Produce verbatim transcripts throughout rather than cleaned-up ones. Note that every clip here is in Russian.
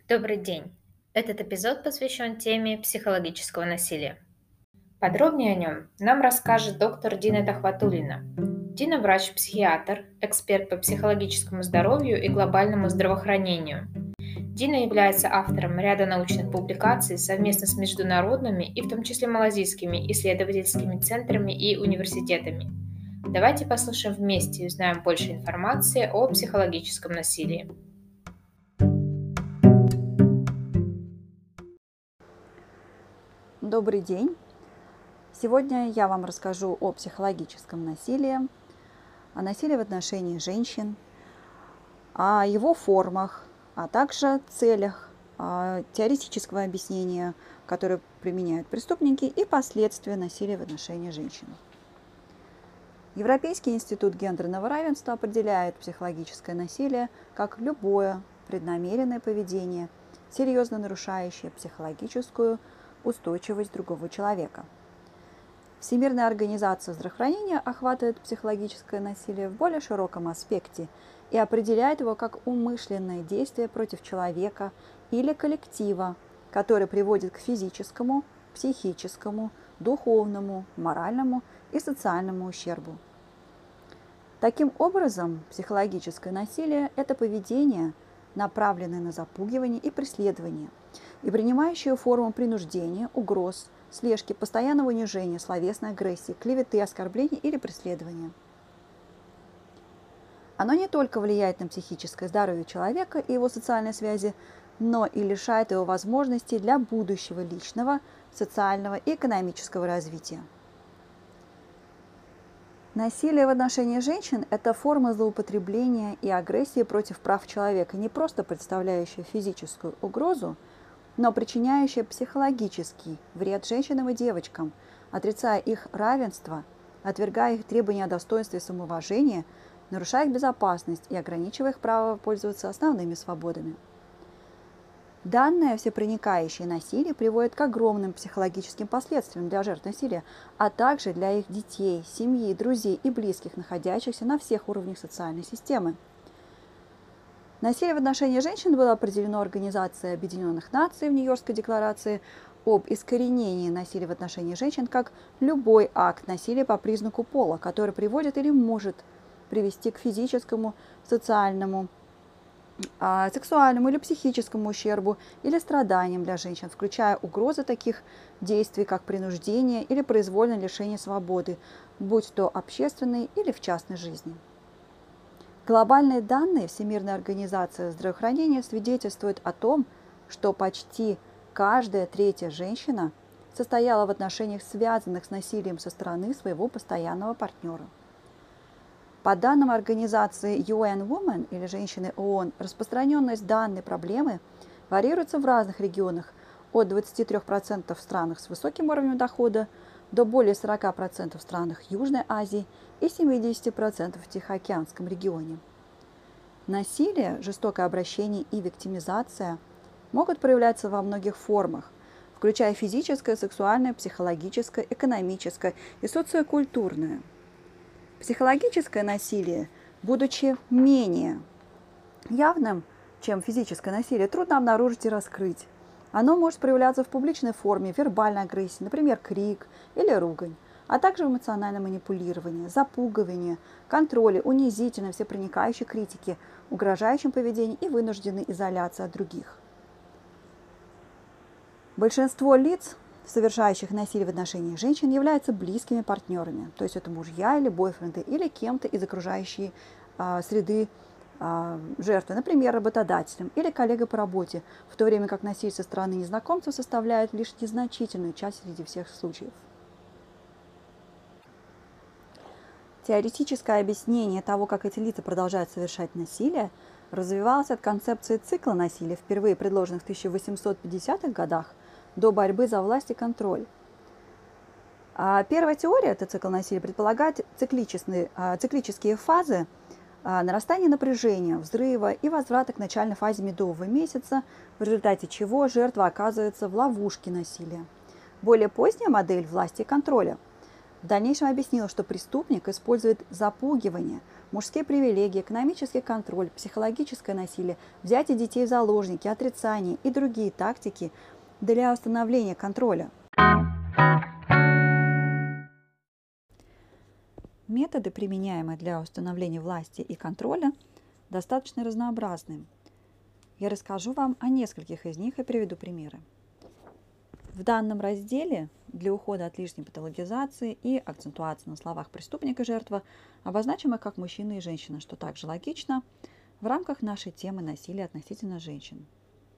Добрый день. Этот эпизод посвящен теме психологического насилия. Подробнее о нем нам расскажет доктор Дина Тахватуллина. Дина – врач-психиатр, эксперт по психологическому здоровью и глобальному здравоохранению. Дина является автором ряда научных публикаций совместно с международными и в том числе малазийскими исследовательскими центрами и университетами. Давайте послушаем вместе и узнаем больше информации о психологическом насилии. Добрый день! Сегодня я вам расскажу о психологическом насилии, о насилии в отношении женщин, о его формах, а также целях, теоретического объяснения, которое применяют преступники, и последствия насилия в отношении женщин. Европейский институт гендерного равенства определяет психологическое насилие как любое преднамеренное поведение, серьезно нарушающее психологическую устойчивость другого человека. Всемирная организация здравоохранения охватывает психологическое насилие в более широком аспекте и определяет его как умышленное действие против человека или коллектива, которое приводит к физическому, психическому, духовному, моральному и социальному ущербу. Таким образом, психологическое насилие – это поведение, направленное на запугивание и преследование, и принимающее форму принуждения, угроз, слежки, постоянного унижения, словесной агрессии, клеветы, оскорбления или преследования. Оно не только влияет на психическое здоровье человека и его социальные связи, но и лишает его возможностей для будущего личного, социального и экономического развития. Насилие в отношении женщин – это форма злоупотребления и агрессии против прав человека, не просто представляющая физическую угрозу, но причиняющая психологический вред женщинам и девочкам, отрицая их равенство, отвергая их требования о достоинстве и самоуважении, нарушая их безопасность и ограничивая их право пользоваться основными свободами. Данное всепроникающее насилие приводит к огромным психологическим последствиям для жертв насилия, а также для их детей, семьи, друзей и близких, находящихся на всех уровнях социальной системы. Насилие в отношении женщин было определено Организацией Объединенных Наций в Нью-Йоркской декларации об искоренении насилия в отношении женщин как любой акт насилия по признаку пола, который приводит или может привести к физическому, социальному, сексуальному или психическому ущербу или страданиям для женщин, включая угрозы таких действий, как принуждение или произвольное лишение свободы, будь то общественной или в частной жизни. Глобальные данные Всемирной организации здравоохранения свидетельствуют о том, что почти каждая третья женщина состояла в отношениях, связанных с насилием со стороны своего постоянного партнера. По данным организации ю эн Women или Женщины ООН, распространенность данной проблемы варьируется в разных регионах от двадцати трёх процентов в странах с высоким уровнем дохода до более сорока процентов в странах Южной Азии и семидесяти процентов в Тихоокеанском регионе. Насилие, жестокое обращение и виктимизация могут проявляться во многих формах, включая физическое, сексуальное, психологическое, экономическое и социокультурное. Психологическое насилие, будучи менее явным, чем физическое насилие, трудно обнаружить и раскрыть. Оно может проявляться в публичной форме вербальной агрессии, например, крик или ругань, а также в эмоциональном манипулировании, запугивании, контроле, унизительной, всепроникающей критике, угрожающем поведении и вынужденной изоляции от других. Большинство лиц, совершающих насилие в отношении женщин, являются близкими партнерами, то есть это мужья или бойфренды, или кем-то из окружающей а, среды а, жертвы, например, работодателем или коллегой по работе, в то время как насилие со стороны незнакомцев составляет лишь незначительную часть среди всех случаев. Теоретическое объяснение того, как эти лица продолжают совершать насилие, развивалось от концепции цикла насилия, впервые предложенных в тысяча восемьсот пятидесятых годах, до борьбы за власть и контроль. А первая теория, это цикл насилия, предполагает циклические, циклические фазы нарастания напряжения, взрыва и возврата к начальной фазе медового месяца, в результате чего жертва оказывается в ловушке насилия. Более поздняя модель власти и контроля В дальнейшем объяснила, что преступник использует запугивание, мужские привилегии, экономический контроль, психологическое насилие, взятие детей в заложники, отрицание и другие тактики для установления контроля. Методы, применяемые для установления власти и контроля, достаточно разнообразны. Я расскажу вам о нескольких из них и приведу примеры. В данном разделе для ухода от лишней патологизации и акцентуации на словах преступник и жертва обозначим их как мужчина и женщина, что также логично в рамках нашей темы насилия относительно женщин.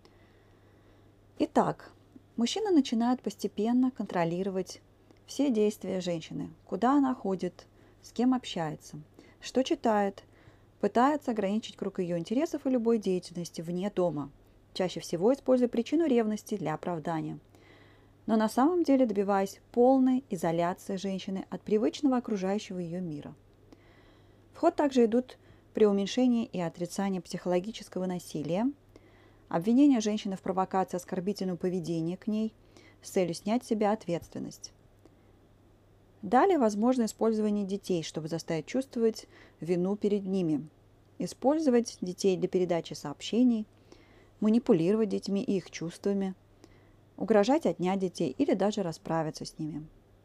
Итак, мужчина начинает постепенно контролировать все действия женщины, куда она ходит, с кем общается, что читает, пытается ограничить круг ее интересов и любой деятельности вне дома, чаще всего используя причину ревности для оправдания, но на самом деле добиваясь полной изоляции женщины от привычного окружающего ее мира. В ход также идут преуменьшение и отрицание психологического насилия, обвинение женщины в провокации оскорбительного поведения к ней с целью снять с себя ответственность. Далее возможно использование детей, чтобы заставить чувствовать вину перед ними, использовать детей для передачи сообщений, манипулировать детьми и их чувствами, угрожать отнять детей или даже расправиться с ними.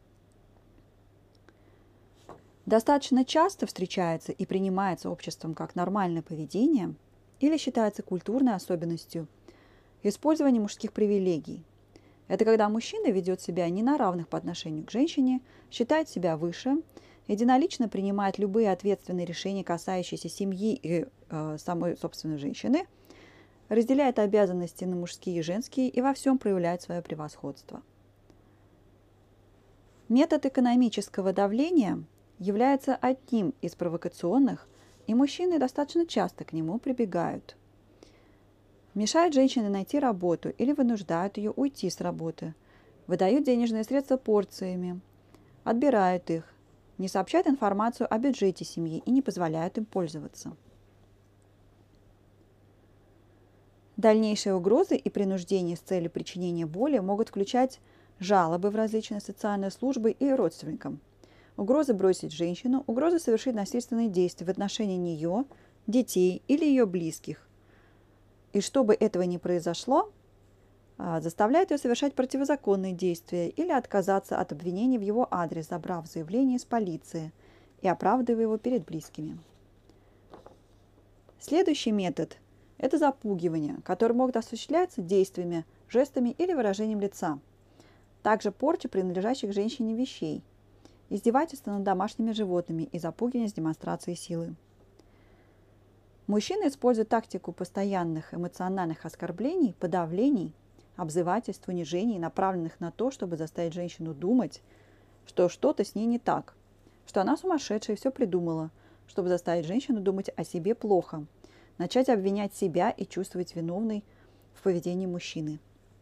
Достаточно часто встречается и принимается обществом как нормальное поведение или считается культурной особенностью использование мужских привилегий. Это когда мужчина ведет себя не на равных по отношению к женщине, считает себя выше, единолично принимает любые ответственные решения, касающиеся семьи и э, самой собственной женщины, разделяет обязанности на мужские и женские и во всем проявляет свое превосходство. Метод экономического давления является одним из провокационных, и мужчины достаточно часто к нему прибегают. Мешают женщине найти работу или вынуждают ее уйти с работы, выдают денежные средства порциями, отбирают их, не сообщают информацию о бюджете семьи и не позволяют им пользоваться. Дальнейшие угрозы и принуждения с целью причинения боли могут включать жалобы в различные социальные службы и родственникам, угрозы бросить женщину, угрозы совершить насильственные действия в отношении нее, детей или ее близких. И чтобы этого не произошло, заставляет ее совершать противозаконные действия или отказаться от обвинений в его адрес, забрав заявление из полиции и оправдывая его перед близкими. Следующий метод – это запугивание, которое может осуществляться действиями, жестами или выражением лица. Также порча принадлежащих женщине вещей, издевательство над домашними животными и запугивание с демонстрацией силы. Мужчины используют тактику постоянных эмоциональных оскорблений, подавлений, обзывательств, унижений, направленных на то, чтобы заставить женщину думать, что что-то с ней не так, что она сумасшедшая и все придумала, чтобы заставить женщину думать о себе плохо, начать обвинять себя и чувствовать виновной в поведении мужчины.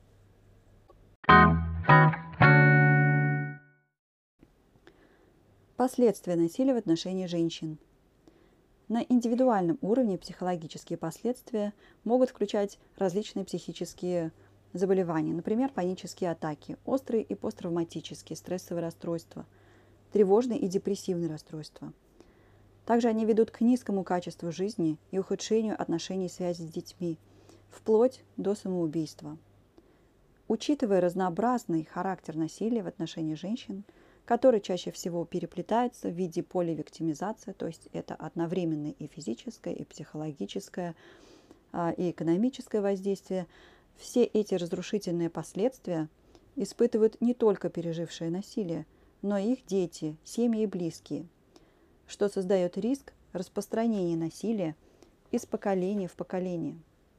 Последствия насилия в отношении женщин. На индивидуальном уровне психологические последствия могут включать различные психические заболевания, например, панические атаки, острые и посттравматические стрессовые расстройства, тревожные и депрессивные расстройства. Также они ведут к низкому качеству жизни и ухудшению отношений и связи с детьми, вплоть до самоубийства. Учитывая разнообразный характер насилия в отношении женщин, который чаще всего переплетается в виде поливиктимизации, то есть это одновременное и физическое, и психологическое, и экономическое воздействие, все эти разрушительные последствия испытывают не только пережившие насилие, но и их дети, семьи и близкие, что создает риск распространения насилия из поколения в поколение.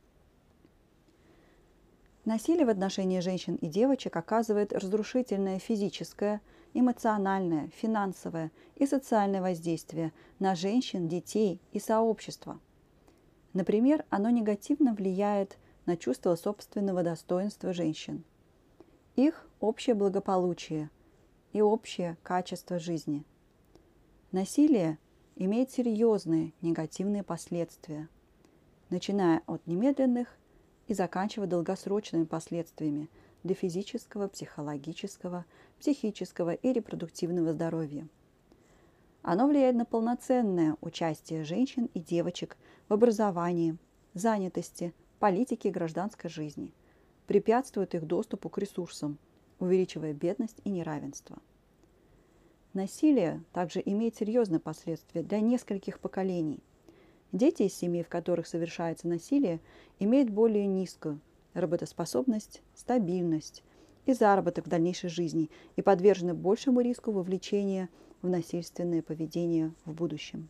Насилие в отношении женщин и девочек оказывает разрушительное физическое, эмоциональное, финансовое и социальное воздействие на женщин, детей и сообщество. Например, оно негативно влияет на чувство собственного достоинства женщин, их общее благополучие и общее качество жизни. Насилие имеет серьезные негативные последствия, начиная от немедленных и заканчивая долгосрочными последствиями, для физического, психологического, психического и репродуктивного здоровья. Оно влияет на полноценное участие женщин и девочек в образовании, занятости, политике и гражданской жизни, препятствует их доступу к ресурсам, увеличивая бедность и неравенство. Насилие также имеет серьезные последствия для нескольких поколений. Дети из семей, в которых совершается насилие, имеют более низкую работоспособность, стабильность и заработок в дальнейшей жизни и подвержены большему риску вовлечения в насильственное поведение в будущем.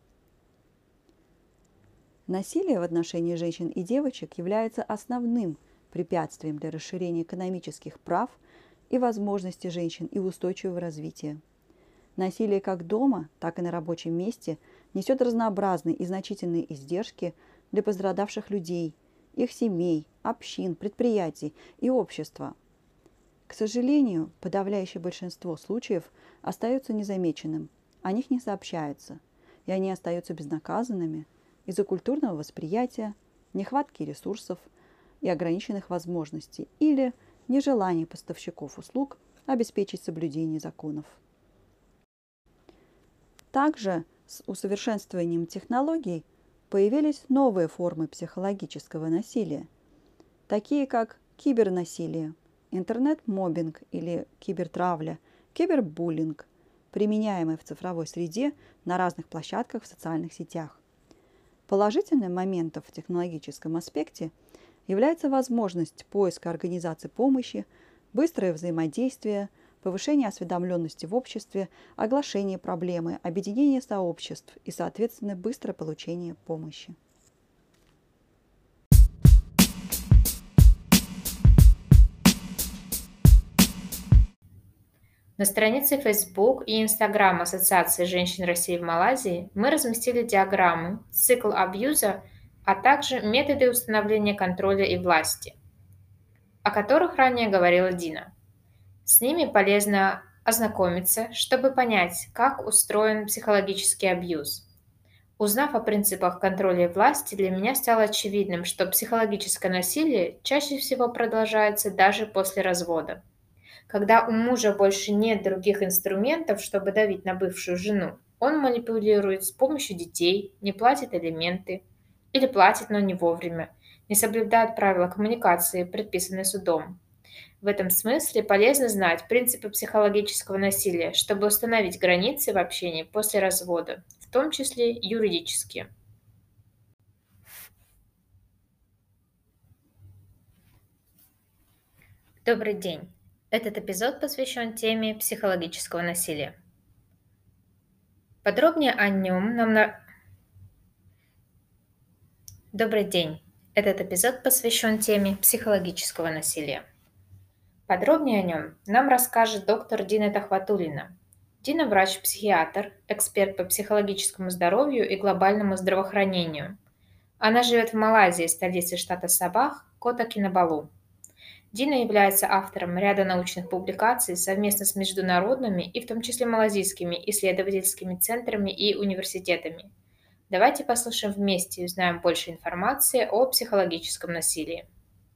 Насилие в отношении женщин и девочек является основным препятствием для расширения экономических прав и возможностей женщин и устойчивого развития. Насилие как дома, так и на рабочем месте несет разнообразные и значительные издержки для пострадавших людей, их семей, общин, предприятий и общества. К сожалению, подавляющее большинство случаев остается незамеченным, о них не сообщается, и они остаются безнаказанными из-за культурного восприятия, нехватки ресурсов и ограниченных возможностей или нежелания поставщиков услуг обеспечить соблюдение законов. Также с усовершенствованием технологий появились новые формы психологического насилия, такие как кибернасилие, интернет-моббинг или кибертравля, кибербуллинг, применяемый в цифровой среде на разных площадках в социальных сетях. Положительным моментом в технологическом аспекте является возможность поиска организации помощи, быстрое взаимодействие, повышение осведомленности в обществе, оглашение проблемы, объединение сообществ и, соответственно, быстрое получение помощи. На странице Facebook и Instagram Ассоциации женщин России в Малайзии мы разместили диаграммы, цикл абьюза, а также методы установления контроля и власти, о которых ранее говорила Дина. С ними полезно ознакомиться, чтобы понять, как устроен психологический абьюз. Узнав о принципах контроля и власти, для меня стало очевидным, что психологическое насилие чаще всего продолжается даже после развода. Когда у мужа больше нет других инструментов, чтобы давить на бывшую жену, он манипулирует с помощью детей, не платит алименты или платит, но не вовремя, не соблюдает правила коммуникации, предписанные судом. В этом смысле полезно знать принципы психологического насилия, чтобы установить границы в общении после развода, в том числе юридические. Добрый день! Этот эпизод посвящен теме психологического насилия. Подробнее о нем нам на... Добрый день! Этот эпизод посвящен теме психологического насилия. Подробнее о нем нам расскажет доктор Дина Тахватуллина. Дина – врач-психиатр, эксперт по психологическому здоровью и глобальному здравоохранению. Она живет в Малайзии, столице штата Сабах, Кота Кинабалу. Дина является автором ряда научных публикаций совместно с международными и в том числе малазийскими исследовательскими центрами и университетами. Давайте послушаем вместе и узнаем больше информации о психологическом насилии.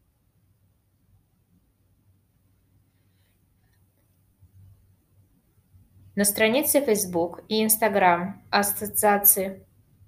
На странице Facebook и Instagram Ассоциации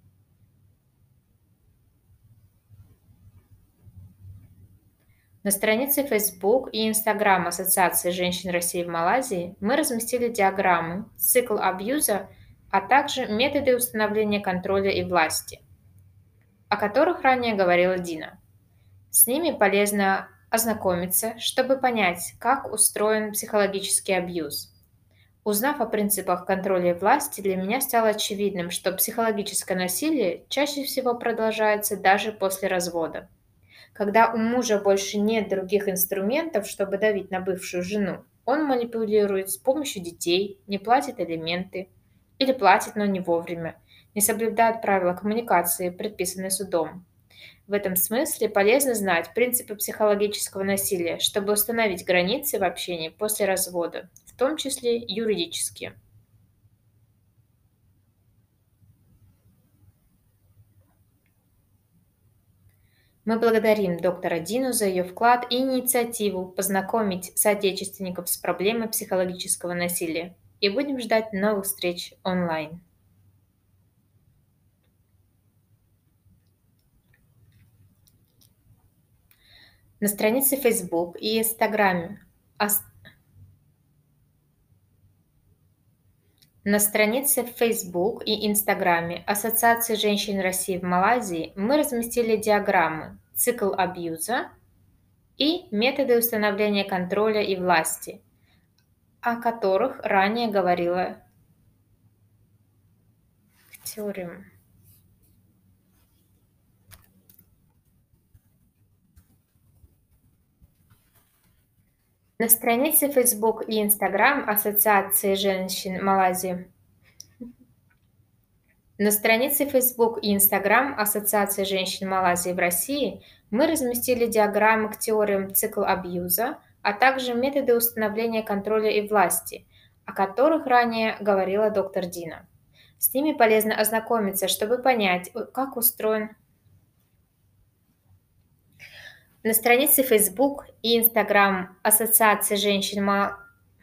На странице Facebook и Instagram Ассоциации женщин России в Малайзии мы разместили диаграммы, цикл абьюза, а также методы установления контроля и власти, о которых ранее говорила Дина. С ними полезно ознакомиться, чтобы понять, как устроен психологический абьюз. Узнав о принципах контроля и власти, для меня стало очевидным, что психологическое насилие чаще всего продолжается даже после развода. Когда у мужа больше нет других инструментов, чтобы давить на бывшую жену, он манипулирует с помощью детей, не платит алименты или платит, но не вовремя, не соблюдает правила коммуникации, предписанные судом. В этом смысле полезно знать принципы психологического насилия, чтобы установить границы в общении после развода, в том числе юридические. Мы благодарим доктора Дину за ее вклад и инициативу познакомить соотечественников с проблемой психологического насилия и будем ждать новых встреч онлайн. На странице Facebook и Инстаграме ос- На странице в Facebook и Инстаграме Ассоциации женщин России в Малайзии мы разместили диаграммы «Цикл абьюза» и «Методы установления контроля и власти», о которых ранее говорила теорема. На странице Facebook и Instagram Ассоциации женщин Малайзии На странице Facebook и Instagram Ассоциации женщин Малайзии в России мы разместили диаграммы к теориям цикл абьюза, а также методы установления контроля и власти, о которых ранее говорила доктор Дина. С ними полезно ознакомиться, чтобы понять, как устроен На странице Facebook и Instagram Ассоциации женщин Ма-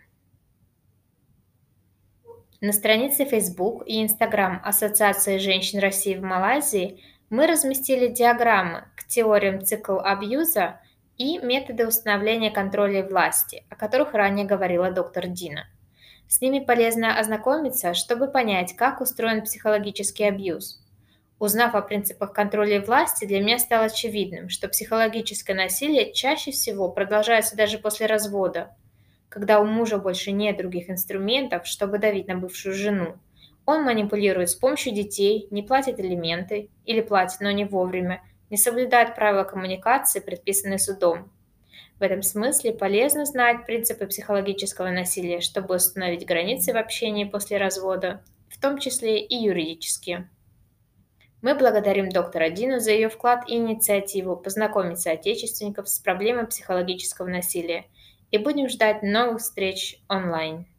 На странице Facebook и Instagram Ассоциации женщин России в Малайзии мы разместили диаграммы к теориям цикл абьюза и методы установления контроля и власти, о которых ранее говорила доктор Дина. С ними полезно ознакомиться, чтобы понять, как устроен психологический абьюз. Узнав о принципах контроля и власти, для меня стало очевидным, что психологическое насилие чаще всего продолжается даже после развода, когда у мужа больше нет других инструментов, чтобы давить на бывшую жену. Он манипулирует с помощью детей, не платит алименты или платит, но не вовремя, не соблюдает правила коммуникации, предписанные судом. В этом смысле полезно знать принципы психологического насилия, чтобы установить границы в общении после развода, в том числе и юридические. Мы благодарим доктора Дину за ее вклад и инициативу познакомить соотечественников с проблемой психологического насилия и будем ждать новых встреч онлайн.